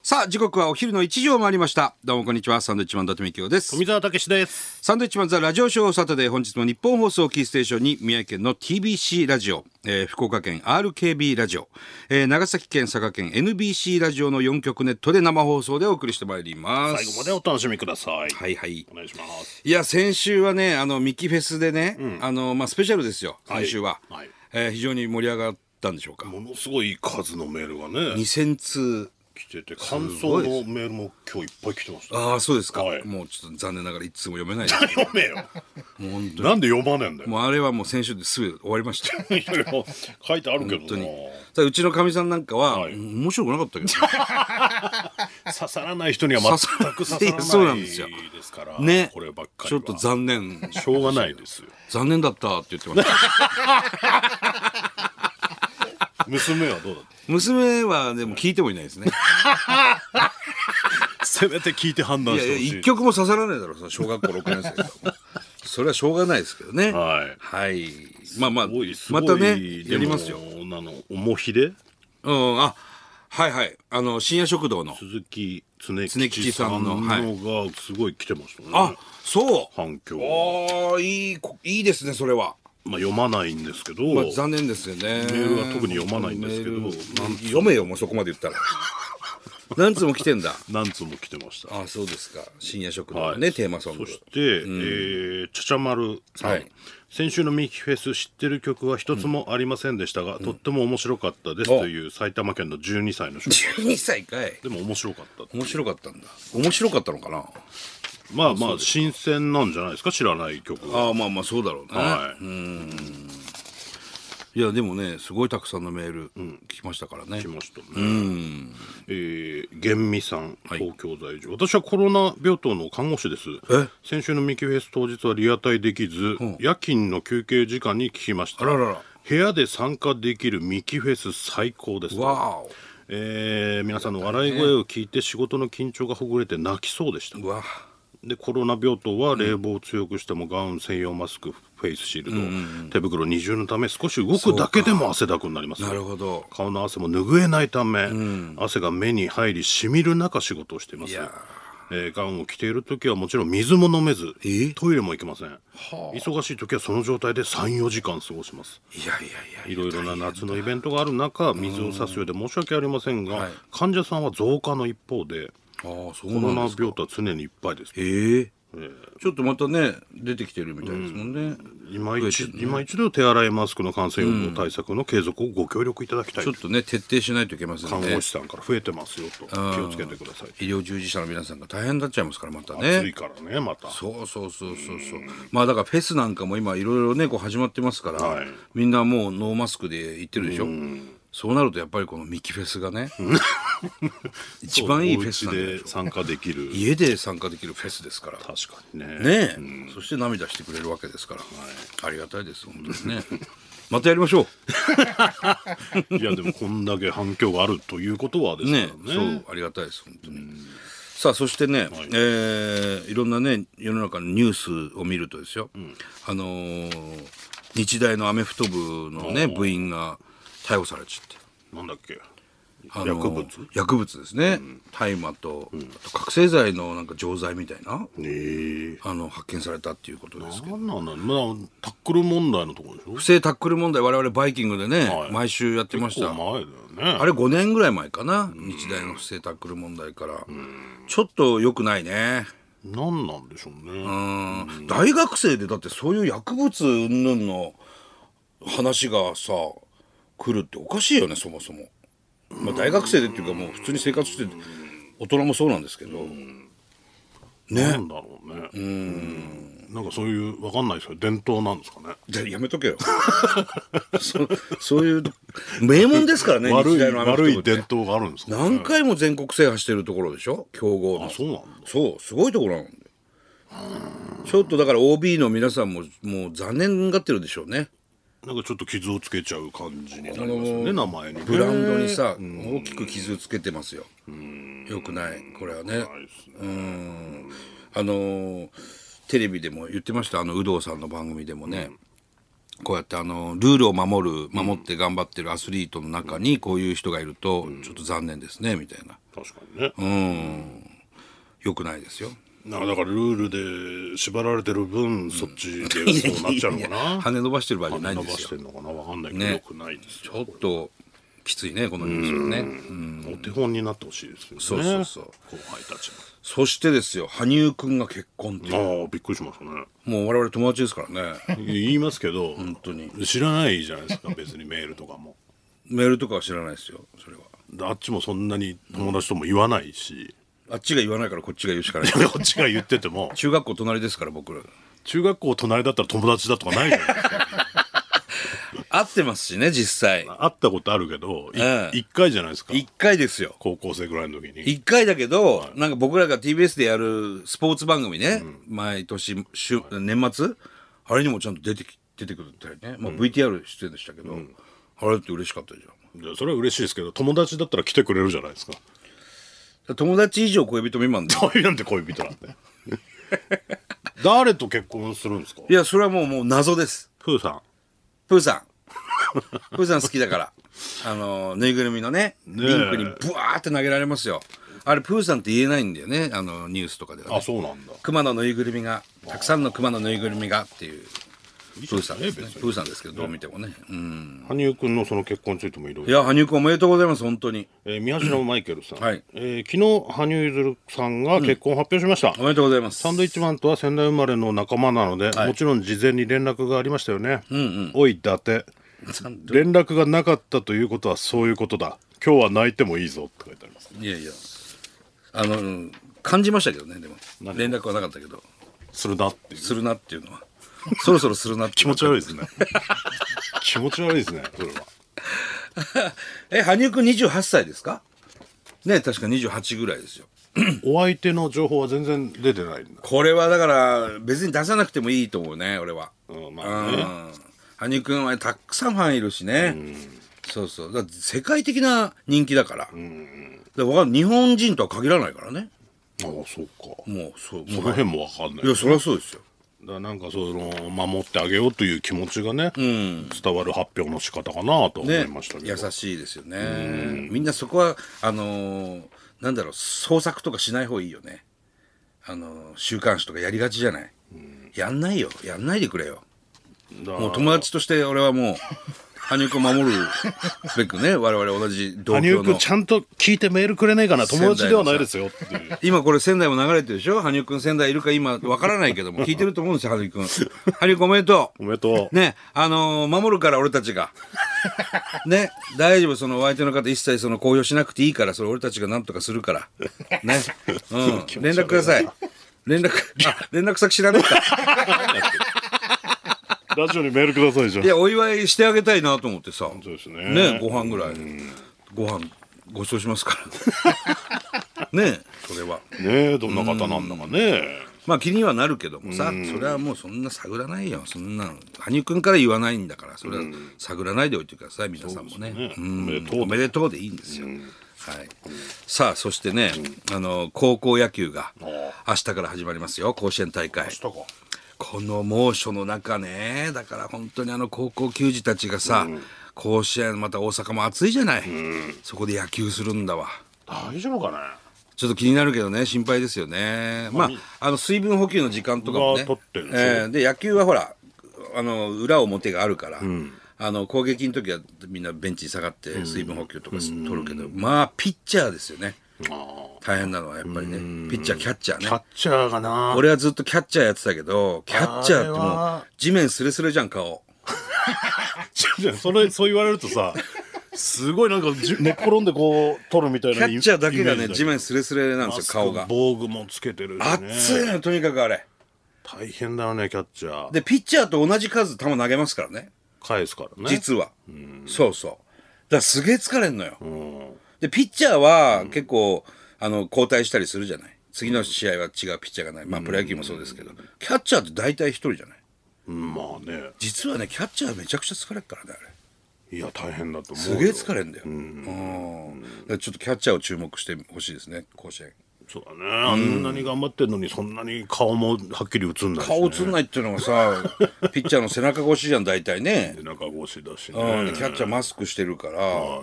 さあ時刻はお昼の1時を回りました。どうもこんにちは。サンドウィッチマン伊達美京です。 富澤たけしです。 サンドウィッチマンザラジオショーサタデー、本日も日本放送キーステーションに宮城県の TBC ラジオ、福岡県 RKB ラジオ、長崎県佐賀県 NBC ラジオの4局ネットで生放送でお送りしてまいります。 最後までお楽しみください。 はいはい、 お願いします。 いや先週はねミキフェスでね、スペシャルですよ先週は、 はい非常に盛り上がったんでしょうか。 ものすごい数のメールがね 2000通来てて、感想のメールも今日いっぱい来てました、ね。 ああそうですか、 はい、 もうちょっと残念ながらいつも読めないです読めよ。 もう本当になんで読まねえんだよ。 もうあれはもう先週ですぐ終わりましたいやいや書いてあるけどな。 本当にさあうちのかみさんなんかは、 はい、 面白くなかったけど刺さらない人には全く刺さらないそうなんですよですからね。 こればっかりはちょっと残念しょうがないですよ。 残念だったって言ってました娘はどうだった？ 娘はでも聞いてもいないですねせめて聞いて判断してほしい。 いや一曲も刺さらないだろう小学校6年生だそれはしょうがないですけどね。 はい、 はい、まあまあすごいまたねやりますよ。 おもひで、 あはいはい、深夜食堂の鈴木常吉さんのがすごい来てましたね。 あそう反響。 あいいですねそれは。 読まないんですけど、 残念ですよね。 メールは特に読まないんですけど、 読めよもうそこまで言ったら何通も来てんだ。 何通も来てました。 あそうですか。深夜食堂のね、テーマソング。 そして、ちゃちゃまるさん、先週のミキフェス知ってる曲は一つもありませんでしたが、とっても面白かったですという埼玉県の12歳の少年。 12歳かい。 でも面白かった。 面白かったんだ。面白かったのかな。 まあ新鮮なんじゃないですか、知らない曲は。 まあそうだろうね。はい。いやでもねすごいたくさんのメール来ましたからね。 来ましたね。玄美さん、東京在住。私はコロナ病棟の看護師です。先週のミキフェス当日はリアタイできず、夜勤の休憩時間に聞きました。部屋で参加できるミキフェス最高です。 わお。 皆さんの笑い声を聞いて仕事の緊張がほぐれて泣きそうでした。でコロナ病棟は冷房を強くしてもガウン専用マスク、フェイスシールド、手袋二重のため少し動くだけでも汗だくになります。 なるほど。 顔の汗も拭えないため、汗が目に入りしみる中仕事をしています。ガウンを着ている時はもちろん水も飲めず、トイレも行けません。忙しい時はその状態で 3,4 時間過ごします。いろいろな夏のイベントがある中、水を差すようで申し訳ありませんが、患者さんは増加の一方でコロナ病棟は常にいっぱいです。 ちょっとまたね出てきてるみたいですもんね。 今一度手洗いマスクの感染予防対策の継続をご協力いただきたい。 ちょっとね徹底しないといけませんね。 看護師さんから増えてますよと気をつけてください。 医療従事者の皆さんが大変になっちゃいますからまたね。 暑いからねまた。 そうまあだからフェスなんかも今いろいろねこう始まってますから、みんなもうノーマスクで行ってるでしょ。そうなるとやっぱりこのミキフェスがね一番いいフェスなんで参加できる家で参加できるフェスですから。 確かにね。 そして涙してくれるわけですから、ありがたいです本当にねまたやりましょういやでもこんだけ反響があるということはですねそうありがたいです本当に。さあそしてね、いろんなね世の中のニュースを見るとですよ、日大のアメフト部のね部員が逮捕されちゃって。 なんだっけ、 薬物ですね。大麻と、あと覚醒剤のなんか錠剤みたいな、発見されたっていうことですけど。 タックル問題のところでしょ。 不正タックル問題我々バイキングでね、毎週やってました。 前だよね。 あれ5年ぐらい前かな、日大の不正タックル問題から、ちょっと良くないね。 なんなんでしょうね。 大学生でだってそういう薬物云々の話がさ来るっておかしいよねそもそも。大学生でっていうかもう普通に生活して大人もそうなんですけど、 なんだろうね。なんかそういう分かんないですよ、伝統なんですかね。 じゃあやめとけよそういう名門ですからね悪い伝統があるんですかね。 何回も全国制覇してるところでしょ強豪の。 そうなんだ。 そうすごいところなんだよ。ちょっとだから OB の皆さんももう残念がってるでしょうね。 なんかちょっと傷をつけちゃう感じになりますよね、名前に。 ブランドにさ、大きく傷つけてますよ。よくないこれはね。テレビでも言ってました有働さんの番組でもね、 こうやってルールを守って頑張ってるアスリートの中にこういう人がいるとちょっと残念ですねみたいな。 確かにね。 よくないですよ。 だからルールで縛られてる分、そっちでそうなっちゃうのかな。 羽伸ばしてる場合じゃないんですよ。 羽伸ばしてるのかな、わかんないけど、よくないですよ。 ちょっときついねこのニュースはね。 お手本になってほしいですよね。 そうそうそう。 後輩たちそしてですよ、羽生くんが結婚っていう。 も。ああ、びっくりしましたね。 もう我々友達ですからね。 言いますけど、 本当に知らないじゃないですか、別にメールとかも。 メールとかは知らないですよそれは。 あっちもそんなに友達とも言わないし、 あっちが言わないからこっちが言うしかない。 こっちが言ってても、 中学校隣ですから僕ら。 中学校隣だったら友達だとかないじゃないですか。 会ってますしね実際。 会ったことあるけど、 ええ一回じゃないですか。 一回ですよ。 高校生ぐらいの時に。 一回だけど、なんか僕らが TBS でやるスポーツ番組ね、毎年年末あれにもちゃんと出てくるってね、まあ、VTR 出演でしたけど、あれって嬉しかったじいやそれは嬉しいですけど、友達だったら来てくれるじゃないですか。 ゃん。友達以上恋人未満で。 恋なんて恋人なんて。誰と結婚するんですか。 いやそれはもう謎です。 プーさん。 プーさんプーさん好きだからぬいぐるみのねリンクにブワーって投げられますよ。あれプーさんって言えないんだよねニュースとかでは、ね、 あ、そうなんだ。 熊のぬいぐるみがたくさんの熊のぬいぐるみがっていうプーさんですね。 別にプーさんですけどどう見てもね。 羽生くんのその結婚についてもいろいろ。 いや羽生くんおめでとうございます本当に。 宮代マイケルさん、 はい昨日羽生結弦さんが結婚を発表しました、 おめでとうございます。 サンドイッチマンとは仙台生まれの仲間なので、もちろん事前に連絡がありましたよね、おい伊達、連絡がなかったということはそういうことだ、今日は泣いてもいいぞって書いてあります。 いやいや感じましたけどね。でも何連絡はなかったけどするなっていうするなっていうのはそろそろするなって気持ち悪いですね気持ち悪いですねそれは。 羽生くん28歳ですかね。確か28ぐらいですよ。 お相手の情報は全然出てないんだ。 これはだから別に出さなくてもいいと思うね俺は。 まあね、 羽生くんはたくさんファンいるしね、そうそうだって世界的な人気だから、だから日本人とは限らないからね。 ああそうか、 もうそうその辺もわかんない。 いやそりゃそうですよ。 だからなんかその守ってあげようという気持ちがね、伝わる発表の仕方かなと思いましたけど、 優しいですよね。みんなそこはなんだろう創作とかしない方がいいよね。週刊誌とかやりがちじゃない、やんないよ、やんないでくれよ。もう友達として俺はもう羽生くん守るべくね我々同じ同羽郷の生くんちゃんと聞いてメールくれないかな、友達ではないですよっていう。 今これ仙台も流れてるでしょ。羽生くん仙台いるか今わからないけども聞いてると思うんですよ羽生くん。羽生くんおめでとう。 おめでとう。 ね守るから俺たちがね大丈夫。そのお相手の方一切その公表しなくていいから、それ俺たちが何とかするからね、連絡ください。連絡先知らないかラジオにメールくださいじゃん。 いやお祝いしてあげたいなと思ってさ。 そうですね。 ねご飯ぐらいご飯ご馳走しますからねそれはねえ、どんな方なんだかね。 まあ気にはなるけどもさ、それはもうそんな探らないよ。そんな羽生くんから言わないんだから、それは探らないでおいてください皆さんもね。 おめでとう。 おめでとうでいいんですよ。はい。さあそしてね、高校野球が明日から始まりますよ。甲子園大会。 したか。 この猛暑の中ね、だから本当に高校球児たちがさ、甲子園また大阪も暑いじゃない、そこで野球するんだわ。 大丈夫かね。 ちょっと気になるけどね、心配ですよね。まあ水分補給の時間とかもね、 取ってるんでしょで野球はほら裏表があるから、攻撃の時はみんなベンチに下がって水分補給とか取るけど、まあピッチャーですよね。大変なのはやっぱりね、ピッチャーキャッチャーね。 キャッチャーがな。 俺はずっとキャッチャーやってたけど、キャッチャーってもう地面スレスレじゃん顔。 そう言われるとさ、すごいなんか寝っ転んでこう取るみたいな。 キャッチャーだけがね地面スレスレなんですよ顔が。 防具もつけてるしね。 熱いのよとにかくあれ。 大変だよねキャッチャー。 でピッチャーと同じ数球投げますからね。 返すからね。 実は。そうそう。だからすげえ疲れんのよ。でピッチャーは結構交代したりするじゃない。次の試合は違うピッチャーがない。まあプロ野球もそうですけど、キャッチャーって大体一人じゃない。 まあね。 実はねキャッチャーめちゃくちゃ疲れるからねあれ。 いや大変だと思う。 すげえ疲れんだよ。だからちょっとキャッチャーを注目してほしいですね甲子園。 そうだね、あんなに頑張ってんのにそんなに顔もはっきり映んないし、ね、 顔映んないっていうのがさピッチャーの背中越しじゃん大体ね。 背中越しだしでね。 キャッチャーマスクしてるから、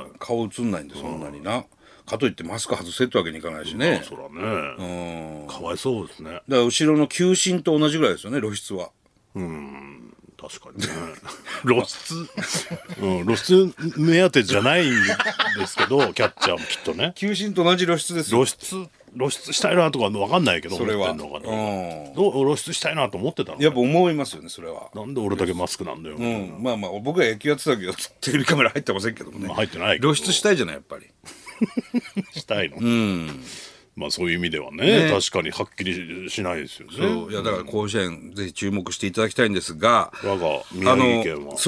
顔映んないんでそんなにな。かといってマスク外せってわけにいかないしね。 そらね、かわいそうですね。だから後ろの球審と同じぐらいですよね、露出は。 確かにね露出、露出目当てじゃないんですけどキャッチャーもきっとね球審と同じ露出ですよ。 露出したいなとか分かんないけど、 それは思ってんのかな、露出したいなと思ってたの、 やっぱ思いますよねそれは。 なんで俺だけマスクなんだよ、 まあまあ僕は野球やってたけどテレビカメラ入ってませんけどもね、 入ってないけど露出したいじゃないやっぱりしたいの、まあそういう意味ではね、確かにはっきりしないですよね。 そういやだから甲子園ぜひ注目していただきたいんですが、 我が宮城県は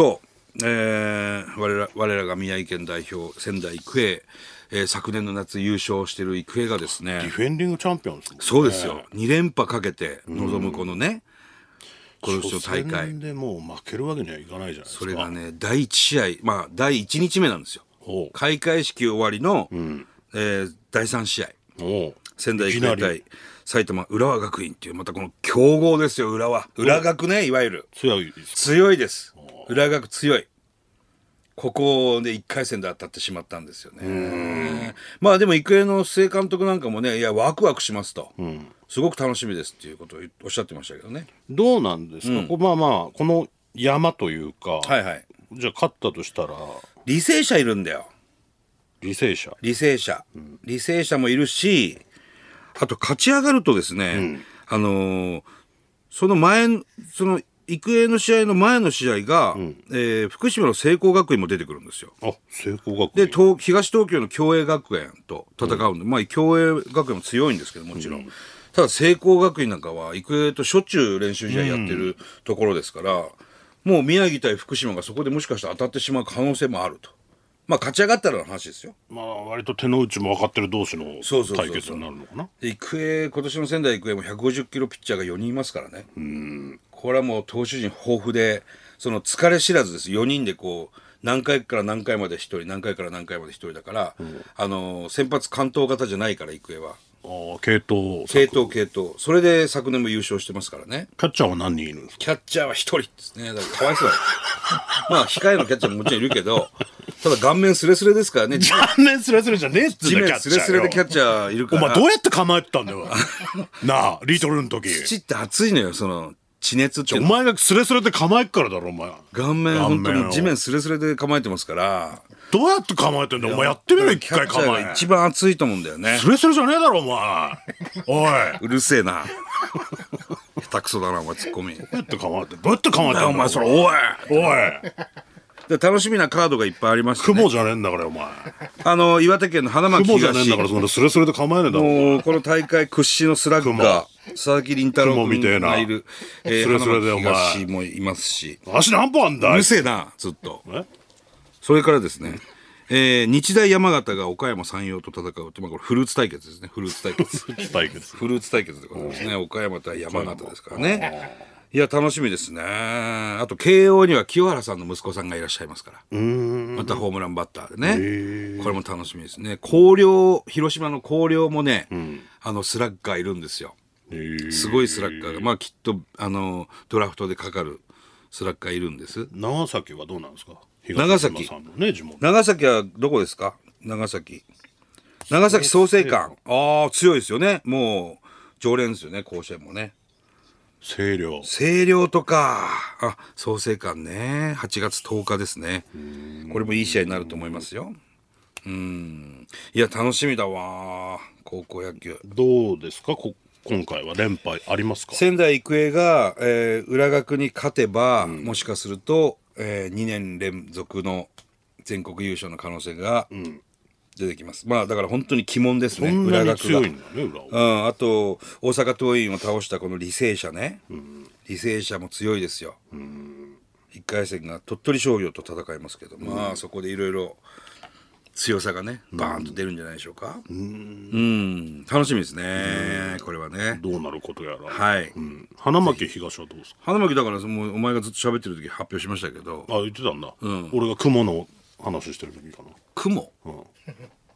我らが宮城県代表仙台育英、昨年の夏優勝してる育英がですねディフェンディングチャンピオンですもんね。 そうですよ、2連覇かけて臨むこのね、今年の大会初戦でもう負けるわけにはいかないじゃないですか。 それがね第1試合第1日目なんですよ。開会式終わりの、第3試合仙台育英対埼玉浦和学院っていうまたこの強豪ですよ。浦学ね、いわゆる強いです。浦学強い。ここで1回戦で当たってしまったんですよね。まあでも育英の須江監督なんかもね、いやワクワクしますと、すごく楽しみですっていうことをおっしゃってましたけどね。 どうなんですか、まあまあこの山というか、じゃあ勝ったとしたら履正社いるんだよ。 履正社もいるし、あと勝ち上がるとですね、その育英の試合の前の試合が、福島の聖光学院も出てくるんですよ。 聖光学院で東東京の共栄学園と戦うんで、まあ共栄学園も強いんですけどもちろん、ただ聖光学院なんかは育英としょっちゅう練習試合やってるところですから、もう宮城対福島がそこでもしかしたら当たってしまう可能性もあると。まあ勝ち上がったらの話ですよ。 まあ割と手の内も分かってる同士の対決になるのかな。 育英今年の仙台育英も150キロピッチャーが4人いますからね。これはもう投手陣豊富で、その疲れ知らずです。4人でこう何回から何回まで1人、何回から何回まで1人だから、先発完投型じゃないから育英は。 系統。 それで昨年も優勝してますからね。 キャッチャーは何人いるんですか？ キャッチャーは1人ですね。だからかわいそうまあ控えのキャッチャーももちろんいるけど、ただ顔面スレスレですからね。 顔面スレスレじゃねえっつうんだ、キャッチャーよ。地面スレスレでキャッチャーいるから。 お前どうやって構えてたんだよなあ、リトルの時。 土って熱いのよ、その地熱っていうの。 お前がスレスレで構えっからだろお前。 顔面本当に地面スレスレで構えてますから。 どうやって構えてんだよお前。やってみろ一回構え。 キャッチャーが一番熱いと思うんだよね。 スレスレじゃねえだろお前おい。 うるせえな下手くそだなお前ツッコミ。 どうやって構えてんだよお前それ。おいで楽しみなカードがいっぱいありまして、ね、 雲じゃねえんだからお前。 岩手県の花巻東。 雲じゃねえんだからそのスレスレで構えねえだろ。 もうこの大会屈指のスラッガー佐々木麟太郎君がいる、 スレスレでお前花巻東もいますし。 足何本あんだうるせえなずっと。それからですね、日大山形が岡山山陽と戦うと、まあ、これフルーツ対決ですね。フルーツ対決でございますね。岡山対山形ですからね。いや楽しみですね。あと慶応には清原さんの息子さんがいらっしゃいますから、またホームランバッターでね、これも楽しみですね。広島の広陵もね、スラッガーいるんですよ。すごいスラッガーが、まあきっとドラフトでかかるスラッガーいるんです。 長崎はどうなんですか？ 長崎はどこですか？長崎創成館。強いですよね。もう常連ですよね、甲子園もね。 星稜とか創成館ね、8月10日ですね。これもいい試合になると思いますよ。いや楽しみだわ高校野球。 どうですか今回は連敗ありますか？ 仙台育英が、浦学に勝てば、もしかすると、2年連続の全国優勝の可能性が出てきます。まあだから本当に鬼門ですね。 そんなに強いんだね浦和。 あと大阪桐蔭を倒したこの履正社ね、履正社も強いですよ。1回戦が鳥取商業と戦いますけど、まあそこでいろいろ強さがねバーンと出るんじゃないでしょうか。楽しみですねこれはね。 どうなることやら。 はい、 花巻東はどうですか？ 花巻だからもうお前がずっと喋ってる時発表しましたけど。 言ってたんだ。俺が雲の話してる時かな。 雲、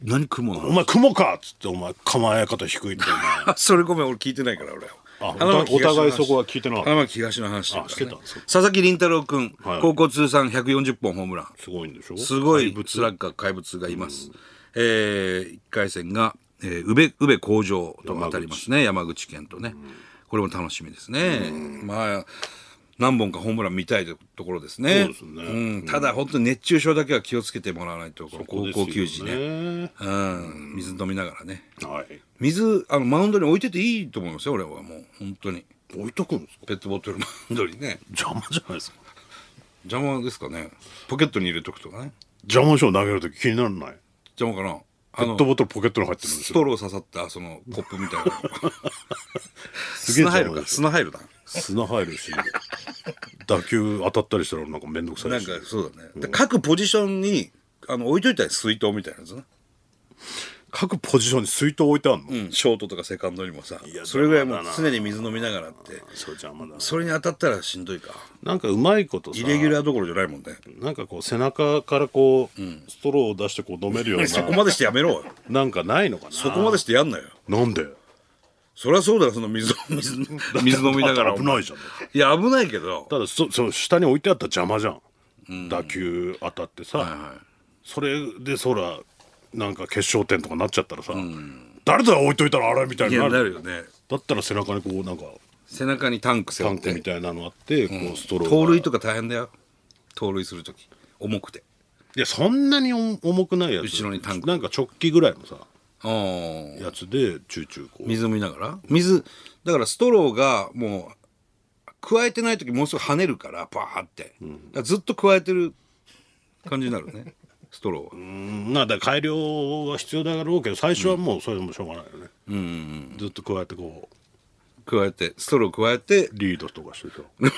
何雲のお前雲かっつってお前構え方低いってお前それごめん俺聞いてないから俺お互いそこは聞いてなかった。 花巻東の話だからねしてたんですか。 佐々木麟太郎君、 はい高校通算140本ホームランすごいんでしょ。 すごい怪物スラッガー怪物がいます、1回戦が、宇部鴻城と当たりますね山口県とね、これも楽しみですね、まあ何本かホームラン見たいところですね。 そうですねただ本当に熱中症だけは気をつけてもらわないとこの高校球児ね、 ね。 水飲みながらねはい。 水マウンドに置いてていいと思いますよ俺はもう本当に置いとくんですか。 ペットボトルマウンドにね邪魔じゃないですか。 邪魔ですかねポケットに入れとくとかね邪魔でしょ投げるとき気にならない。 邪魔かなペットボトルポケットに入ってるんですよ。 ストロー刺さったそのコップみたいなすげえ砂入るか邪魔でしょ砂入るな砂入るし打球当たったりしたらなんか面倒くさないんし。 かそうだね、で各ポジションに置いといたら水筒みたいなやつな、 各ポジションに水筒置いてあるの。 ショートとかセカンドにもさやそれぐらいもう邪魔だな常に水飲みながらってそれ邪魔だな。 それに当たったらしんどいかなんかうまいことさ。 イレギュラーどころじゃないもんねなんかこう背中からこう、ストローを出してこう飲めるようなそこまでしてやめろよなんかないのかな。 そこまでしてやんなよなんでそりゃそうだよその水飲みながら危ないじゃん。 いや危ないけどただそ下に置いてあったら邪魔じゃん、打球当たってさ、それでそらなんか決勝点とかなっちゃったらさ、誰だよ置いといたらあれみたいいやになるなるよねだったら背中にこうなんか背中にタンク背タン負ってクみたいなのあって、こうストローが盗塁とか大変だよ盗塁するとき重くていやそんなに重くないやつ後ろにタンクなんか直帰ぐらいのさうんやつでチューチューこう水飲みながら水だからストローがもう加えてない時もうすぐ跳ねるからバーって、だからずっと加えてる感じになるねストローは、 だから改良は必要だろうけど最初はもうそれでもしょうがないよね、ずっと加えてこう加えてストロー加えてリードとかしてさ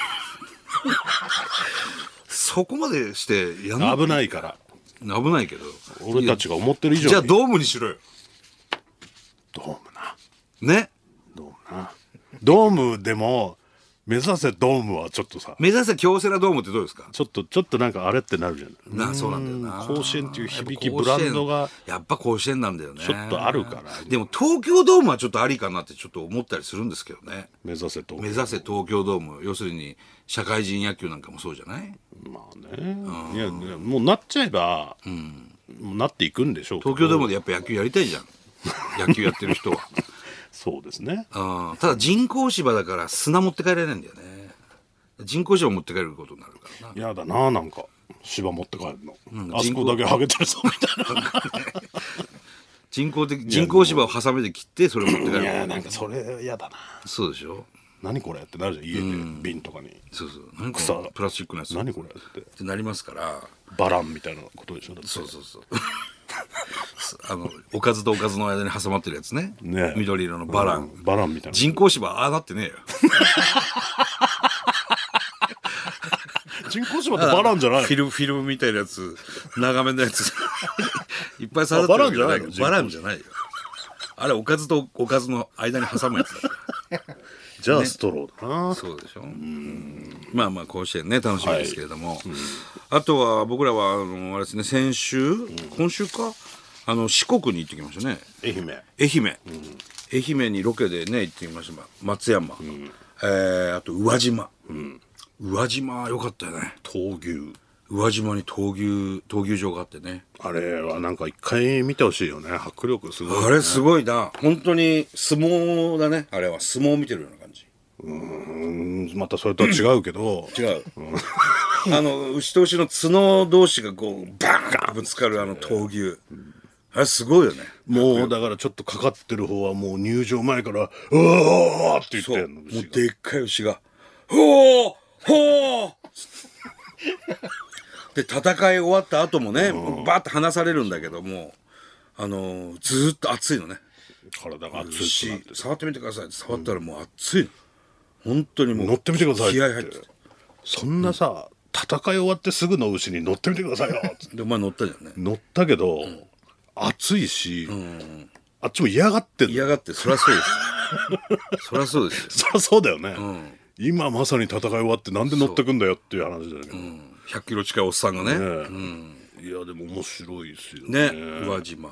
そこまでしてやんな危ないから危ないけど俺たちが思ってる以上にじゃあドームにしろよドームなねドームでも目指せドームはちょっとさ目指せ京セラドームってどうですかちょっとなんかあれってなるじゃんそうなんだよな甲子園っていう響きやっぱブランドがやっぱ甲子園なんだよねちょっとあるからでも東京ドームはちょっとありかなってちょっと思ったりするんですけどね目指せと目指せ東京ドーム要するに社会人野球なんかもそうじゃないまあねいやもうなっちゃえば、もうなっていくんでしょうけど東京ドームでやっぱ野球やりたいじゃん野球やってる人はそうですねただ人工芝だから砂持って帰られないんだよね人工芝持って帰ることになるからなやだななんか芝持って帰るの、あそこだけハゲてるぞみたいな人工芝をハサミで切ってそれを持って帰るいやなんかそれやだなそうでしょ何これってなるじゃん家で、瓶とかにそう何こ草のプラスチックのやつ何これってってなりますからバランみたいなことでしょだってそうおかずとおかずの間に挟まってるやつねね緑色のバラン、 バランみたいな人工芝ああなってねえよ人工芝ってバランじゃないのフィルムみたいなやつ長めのやついっぱい刺さってるわけじゃないのバランじゃないよあれおかずとおかずの間に挟むやつだじゃあストローだな、 そうでしょまあまあ甲子園ね楽しみですけれども、あとは僕らはあれですね先週、今週か四国に行ってきましたね愛媛愛媛にロケでね行ってきました松山、あと宇和島、宇和島良かったよね闘牛宇和島に闘牛場があってねあれはなんか一回見てほしいよね迫力すごい、ね、 あれすごいな本当に相撲だねあれは相撲を見てるような感じまたそれとは違うけど違う、牛と牛の角同士がこうバーンぶつかる闘牛あれすごいよねもうだからちょっとかかってる方はもう入場前から「うわー!」って言ってんのもうでっかい牛が「ほーほー!」で戦い終わった後もね、バーッと離されるんだけどもずーっと熱いのね体が熱い牛触ってみてくださいって触ったらもう熱いの、本当にもう乗ってみてくださいって気合入っててそんなさ、戦い終わってすぐの牛に乗ってみてくださいよでお前乗ったじゃんね乗ったけど、暑いし、あっちも嫌がってんの嫌がってそりゃそうですそりゃそうですよそりゃそうだよね、今まさに戦い終わってなんで乗ってくんだよっていう話だけど、 100キロ近いおっさんがねいやでも面白いですよねね宇和島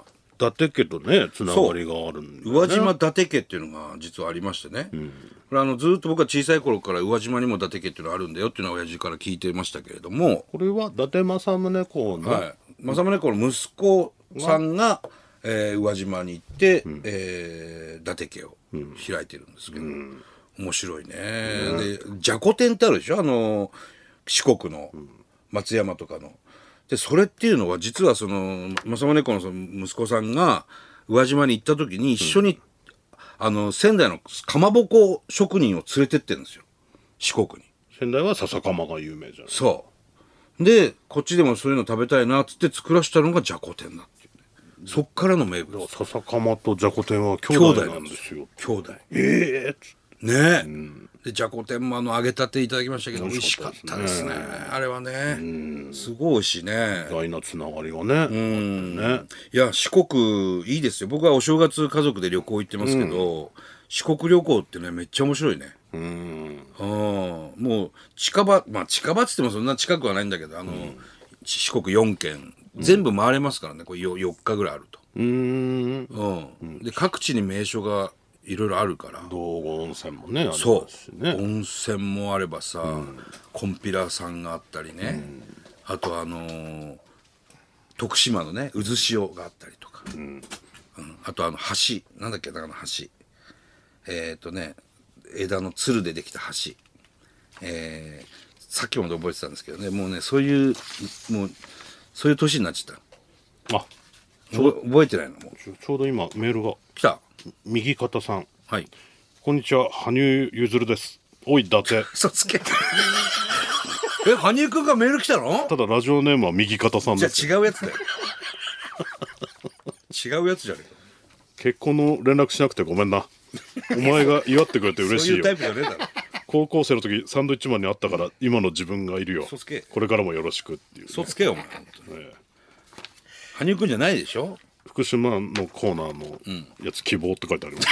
達家とねつながりがあるんだよね。 宇和島伊達家っていうのが実はありましてね、これずっと僕は小さい頃から宇和島にも伊達家っていうのがあるんだよっていうのは親父から聞いてましたけれども、 これは伊達政宗公の、 はい、政宗公の息子さんが、宇和島に行って、伊達家を開いてるんですけど、面白いね、でじゃこ天ってあるでしょ、四国の松山とかの。でそれっていうのは実はその政宗公のその息子さんが宇和島に行った時に一緒に、仙台のかまぼこ職人を連れてってるんですよ、四国に。 仙台は笹かまが有名じゃない。 そうでこっちでもそういうの食べたいなっつって作らしたのがじゃこ天だっていうね、そっからの名物。 笹かまとじゃこ天は兄弟なんですよ。 兄弟ええねえ、でじゃこ天も揚げたていただきましたけど美味しかったですね、あれはね、すごい美味しいね。 意外なつながりがね。 いや四国いいですよ。僕はお正月家族で旅行行ってますけど、四国旅行ってねめっちゃ面白いね。もう近場、まあ近場っつってもそんな近くはないんだけど、四国4県全部回れますからね、これ 4日ぐらいあると。で各地に名所がいろいろあるから、 道後温泉もねありますしそうね。 温泉もあればさ、こんぴらさんがあったりね、あと徳島のね渦潮があったりとか、あと橋なんだっけな、橋枝のつるでできた橋、さっきまで覚えてたんですけどね、もうねそういう年になっちゃった。 あ、 覚えてないのもうちょうど今メールが来た。 右肩さん、 はい、 こんにちは、羽生結弦です。おい伊達。 嘘つけ羽生くんがメール来たの？ ただラジオネームは右肩さんです。 じゃあ違うやつだよ違うやつじゃねえか。 結婚の連絡しなくてごめんな。お前が祝ってくれて嬉しいよ。 そういうタイプじゃねえだろ。 高校生の時サンドイッチマンに会ったから今の自分がいるよ。 嘘つけ。 これからもよろしくっていう、ね。 嘘つけよお前。羽生くんじゃないでしょ。 福島のコーナーのやつ、希望って書いてあります。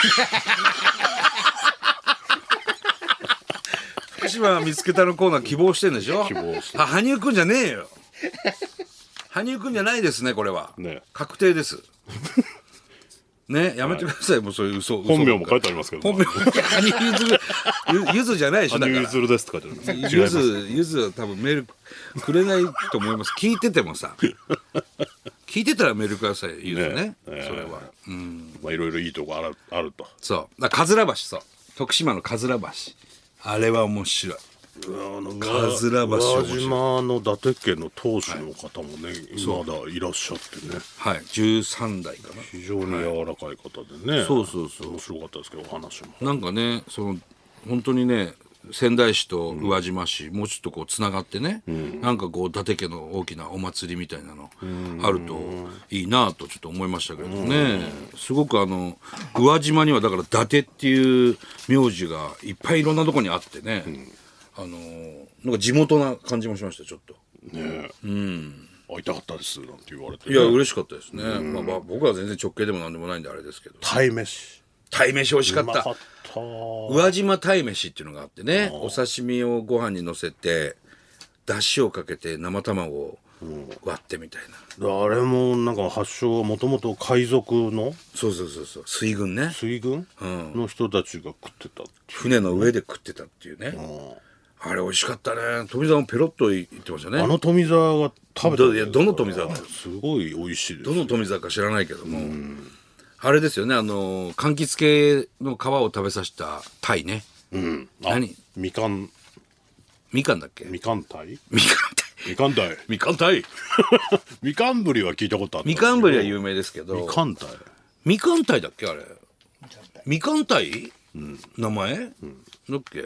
福島見つけたのコーナー希望してんでしょ。 希望して。 羽生くんじゃねえよ。羽生くんじゃないですね、これは。 ね、 確定です。ね、やめてください、もうそういう嘘。 本名も書いてありますけど、 本名羽生結弦ゆずじゃないでしょ。 羽生結弦ですって書いてあります。 ゆずは多分メールくれないと思います。聞いててもさ、聞いてたらメールください。ゆずね、それは。 まあいろいろいいとこあると。 そう、かずら橋、そう、徳島のかずら橋、あれは面白い。かずら橋、 宇和島の伊達家の当主の方もね、まだいらっしゃってね。 はい、13代かな。 非常に柔らかい方でね。 そう面白かったですけど、お話も。 なんかね、本当にね、仙台市と宇和島市、もうちょっとこうつながってね、なんかこう伊達家の大きなお祭りみたいなのあるといいなとちょっと思いましたけどね。すごく宇和島にはだから伊達っていう名字がいっぱいいろんなとこにあってね、なんか地元な感じもしましたちょっと。 ねえ、会いたかったですなんて言われて、ね、 いや嬉しかったですね。まあ僕は全然直系でもなんでもないんであれですけど。 鯛めし美味しかった。宇和島鯛めしっていうのがあってね、お刺身をご飯にのせてだしをかけて生卵を割ってみたいな。 あれもなんか発祥はもともと海賊のそう水軍ね、 水軍の人たちが食ってたっていう、 船の上で食ってたっていうね、あれ美味しかったね。富澤もペロッと言ってましたね。 富澤が食べたんですか。 どの富澤だよ。 すごい美味しいです。 どの富澤か知らないけども、あれですよね、柑橘系の皮を食べさせたタイね。何？ みかんだっけ？ みかんタイ？ みかんタイみかんぶりは聞いたことある。 みかんぶりは有名ですけど、 みかんタイだっけあれ。みかんタイ？名前？だっけ？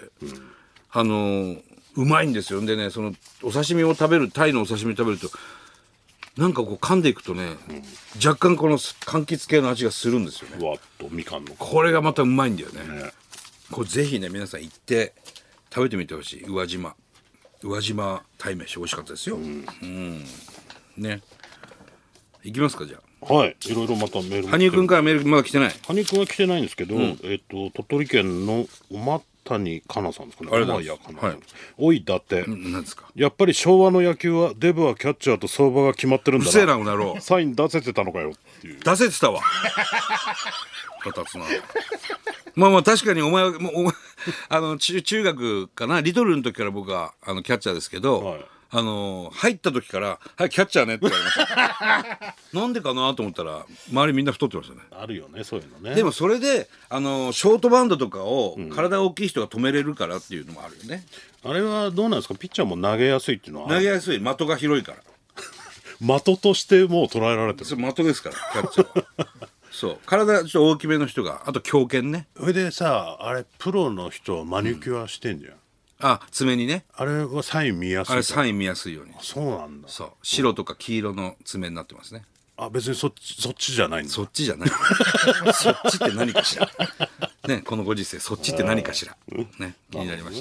うまいんですよ。でね、そのお刺身を食べる、タイのお刺身食べるとなんかこう噛んでいくとね、若干この柑橘系の味がするんですよね。 わっとみかんのこれがまたうまいんだよね。これぜひね皆さん行って食べてみてほしい。宇和島鯛めし美味しかったですよ。ね、行きますか。じゃあはい、いろいろまたメール。 羽生くんからメールまだ来てない。 羽生くんは来てないんですけど、鳥取県の谷香奈さんですかね。 ありがとうございます天谷香奈さん、おいだって何ですか。 やっぱり昭和の野球はデブはキャッチャーと相場が決まってるんだな。 うるせえなこの野郎。 サイン出せてたのかよっていう。 出せてたわ。腹立つな。まあまあ確かにお前はもう中学かな、リトルの時から僕はキャッチャーですけど、 はい入った時から「はいキャッチャーね」って言われましたなんでかなと思ったら周りみんな太ってましたね。 あるよねそういうのね。 でもそれでショートバウンドとかを体が大きい人が止めれるからっていうのもあるよね、 あれはどうなんですか、ピッチャーも投げやすいっていうのは投げやすい、的が広いから的としてもう捉えられてる。 それ的ですからキャッチャーはそう体ちょっと大きめの人が、あと強肩ね。 それでさ、あれプロの人はマニキュアしてんじゃん、 あ、爪にね。 あれはサイン見やすい。 あれサイン見やすいように。 そうなんだ。 そう、白とか黄色の爪になってますね。 あ、別にそっちじゃないんだ。 そっちじゃないそっちって何かしらね、このご時世そっちって何かしらね、気になりました、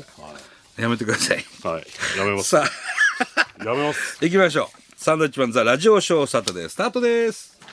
やめてください。 はいやめますさやめますあ行きましょう。サンドウィッチマンザラジオショーサタデースタートです。